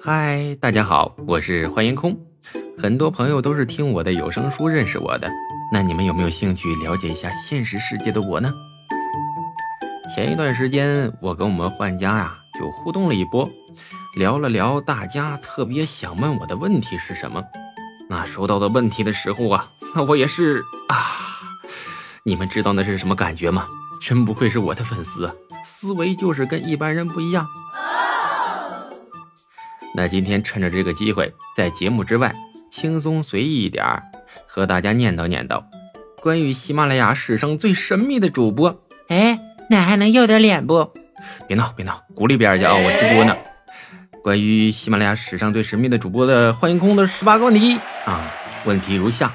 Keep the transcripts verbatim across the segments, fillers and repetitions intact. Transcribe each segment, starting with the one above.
嗨，大家好，我是欢颜空。很多朋友都是听我的有声书认识我的，那你们有没有兴趣了解一下现实世界的我呢？前一段时间我跟我们换家呀、啊、就互动了一波，聊了聊大家特别想问我的问题是什么。那收到的问题的时候啊，那我也是啊，你们知道那是什么感觉吗？真不愧是我的粉丝，思维就是跟一般人不一样。那今天趁着这个机会，在节目之外轻松随意一点，和大家念叨念叨关于喜马拉雅史上最神秘的主播。 哎，那还能要点脸不？ 别闹别闹，鼓励别人家啊，我直播呢。关于喜马拉雅史上最神秘的主播的欢颜空的十八个问题啊，问题如下。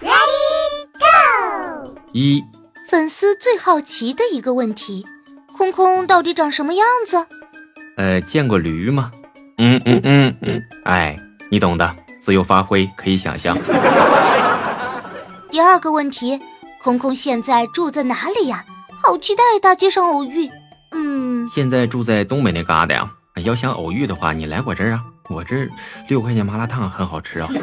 Ready Go！ 一， 粉丝最好奇的一个问题，空空到底长什么样子？ 呃，见过驴吗？嗯嗯嗯嗯，哎，你懂的，自由发挥，可以想象。 第二个问题，空空现在住在哪里呀？好期待大街上偶遇。嗯， 现在住在东北那旮瘩呀，要想偶遇的话，你来我这儿啊，我这六块钱麻辣烫很好吃啊。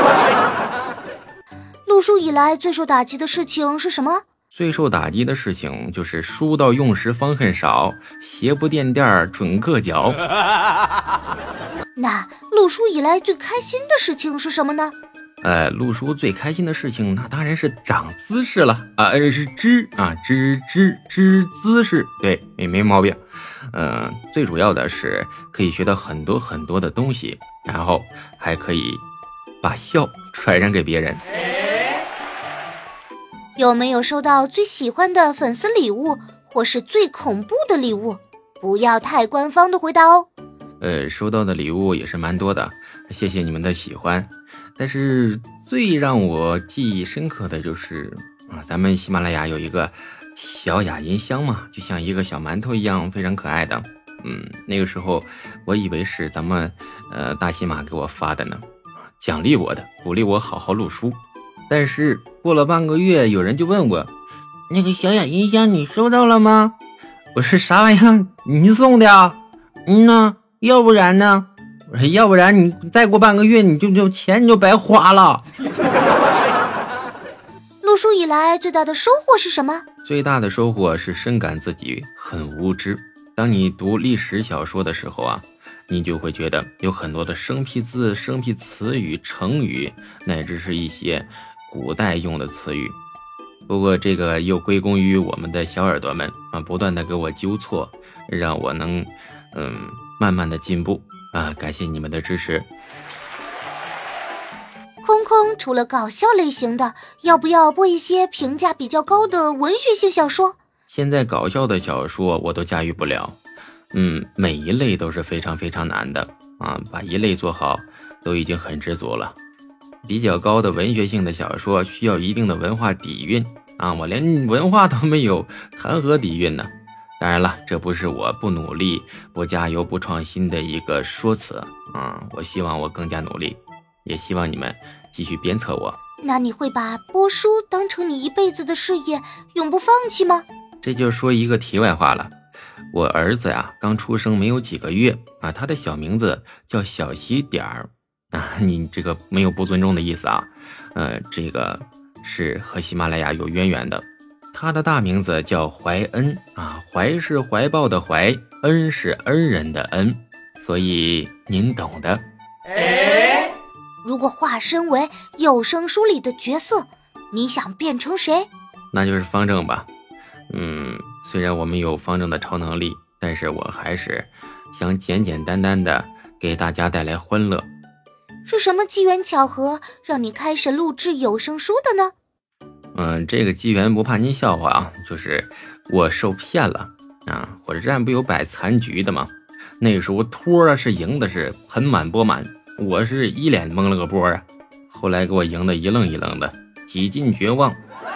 录书以来最受打击的事情是什么？ 最受打击的事情就是书到用时方恨少，鞋不垫垫准硌脚。 那录书以来最开心的事情是什么呢？ 呃，录书最开心的事情，那当然是长姿势了啊，呃，是知啊知知知姿势，对，没没毛病。嗯、呃，最主要的是可以学到很多很多的东西，然后还可以把笑传染给别人。 有没有收到最喜欢的粉丝礼物，或是最恐怖的礼物？不要太官方的回答哦。 呃，收到的礼物也是蛮多的，谢谢你们的喜欢。但是最让我记忆深刻的就是啊，咱们喜马拉雅有一个小雅音箱嘛，就像一个小馒头一样，非常可爱的。嗯，那个时候我以为是咱们呃大喜马给我发的呢，奖励我的，鼓励我好好录书。但是过了半个月，有人就问我， 那个小雅音箱你收到了吗？ 我说啥玩意儿？你送的啊？ 嗯呢，要不然呢？ 我说要不然你再过半个月，你就就钱你就白花了。 录书以来最大的收获是什么？ 最大的收获是深感自己很无知。当你读历史小说的时候啊，你就会觉得有很多的生僻字、生僻词语、成语，乃至是一些古代用的词语。不过这个又归功于我们的小耳朵们啊，不断的给我纠错，让我能嗯慢慢的进步啊，感谢你们的支持。 空空除了搞笑类型的，要不要播一些评价比较高的文学性小说？ 现在搞笑的小说我都驾驭不了，嗯，每一类都是非常非常难的啊，把一类做好都已经很知足了。比较高的文学性的小说需要一定的文化底蕴啊，我连文化都没有，谈何底蕴呢？当然了，这不是我不努力、不加油、不创新的一个说辞啊，我希望我更加努力，也希望你们继续鞭策我。 那你会把播书当成你一辈子的事业，永不放弃吗？ 这就说一个题外话了。我儿子呀、啊，刚出生没有几个月啊，他的小名字叫小喜点儿啊，你这个没有不尊重的意思啊，呃，这个是和喜马拉雅有渊源的。他的大名字叫怀恩啊，怀是怀抱的怀，恩是恩人的恩，所以您懂的。 如果化身为有声书里的角色，你想变成谁？ 那就是方正吧。嗯，虽然我们有方正的超能力，但是我还是想简简单单的给大家带来欢乐。 是什么机缘巧合让你开始录制有声书的呢？ 嗯，这个机缘不怕您笑话啊，就是我受骗了啊！我这站不有摆残局的吗？那时候托啊是赢的是盆满钵满，我是一脸蒙了个波啊！后来给我赢得一愣一愣的，几近绝望。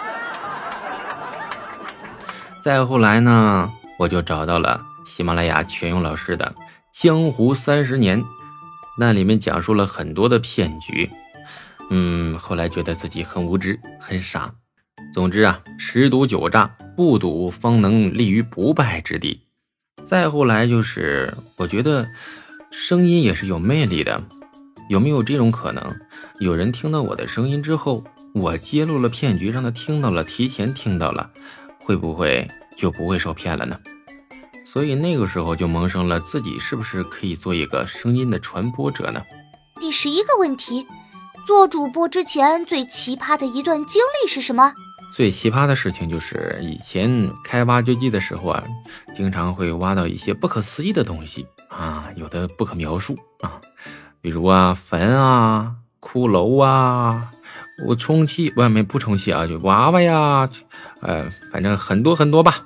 再后来呢，我就找到了喜马拉雅全用老师的《江湖三十年》，那里面讲述了很多的骗局。嗯，后来觉得自己很无知，很傻。总之啊，十赌九诈，不赌方能立于不败之地。再后来就是，我觉得声音也是有魅力的。有没有这种可能，有人听到我的声音之后，我揭露了骗局，让他听到了，提前听到了，会不会就不会受骗了呢？所以那个时候就萌生了自己是不是可以做一个声音的传播者呢？ 第十一个问题，做主播之前最奇葩的一段经历是什么？ 最奇葩的事情就是以前开挖掘机的时候啊，经常会挖到一些不可思议的东西啊，有的不可描述啊，比如啊坟啊、骷髅啊、我充气外面不充气啊，就娃娃呀，呃，反正很多很多吧。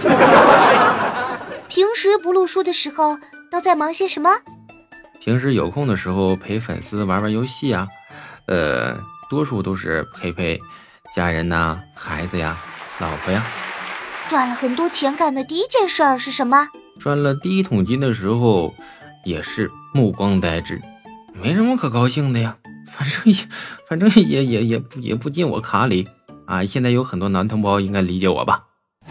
平时不录书的时候都在忙些什么？ 平时有空的时候陪粉丝玩玩游戏啊，呃，多数都是陪陪家人呐、啊、孩子呀、老婆呀。 赚了很多钱干的第一件事儿是什么？ 赚了第一桶金的时候也是目光呆滞，没什么可高兴的呀，反正也反正也也也不也不进我卡里啊。现在有很多男同胞应该理解我吧。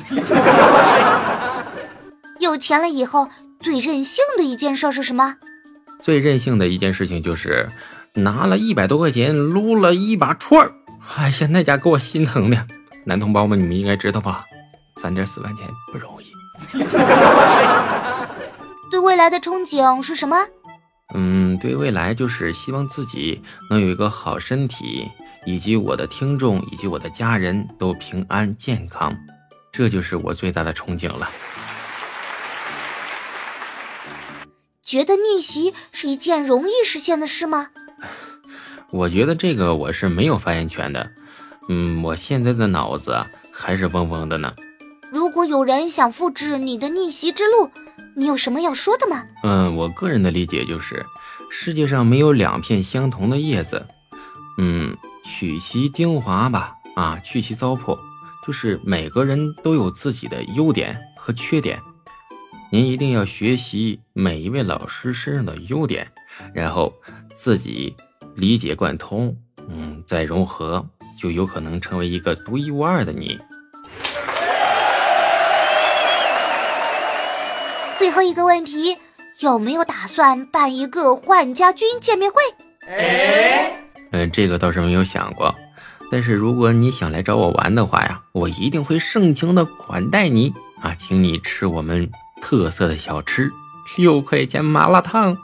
有钱了以后最任性的一件事是什么？ 最任性的一件事情就是拿了一百多块钱撸了一把串儿，哎呀，那家给我心疼的。男同胞们，你们应该知道吧？三点四万钱不容易。 对未来的憧憬是什么？ 嗯，对未来就是希望自己能有一个好身体，以及我的听众以及我的家人都平安健康，这就是我最大的憧憬了。 觉得逆袭是一件容易实现的事吗？ 我觉得这个我是没有发言权的。嗯，我现在的脑子啊还是嗡嗡的呢。 如果有人想复制你的逆袭之路，你有什么要说的吗？ 嗯，我个人的理解就是，世界上没有两片相同的叶子。嗯，取其精华吧，啊，去其糟粕，就是每个人都有自己的优点和缺点。您一定要学习每一位老师身上的优点，然后自己理解贯通，嗯，再融合，就有可能成为一个独一无二的你。 最后一个问题，有没有打算办一个幻家军见面会？ 嗯，这个倒是没有想过，但是如果你想来找我玩的话呀，我一定会盛情的款待你啊，请你吃我们特色的小吃，六块钱麻辣烫。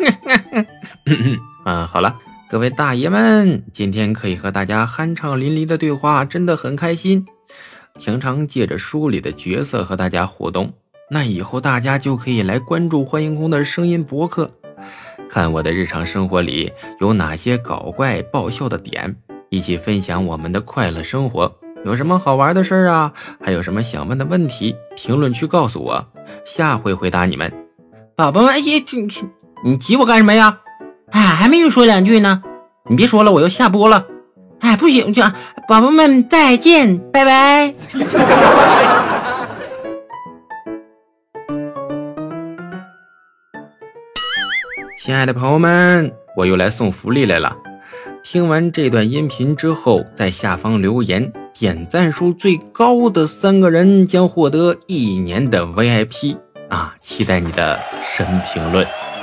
啊，好了，各位大爷们，今天可以和大家酣畅淋漓的对话，真的很开心。平常借着书里的角色和大家互动，那以后大家就可以来关注欢迎空的声音博客，看我的日常生活里有哪些搞怪爆笑的点，一起分享我们的快乐生活。有什么好玩的事儿啊，还有什么想问的问题，评论区告诉我，下回回答你们。 宝宝们，哎，你你急我干什么呀？哎，还没有说两句呢，你别说了，我要下播了。哎，不行，这宝宝们再见，拜拜。 亲爱的朋友们，我又来送福利来了。听完这段音频之后，在下方留言，点赞数最高的三个人将获得一年的 V I P 啊！期待你的神评论。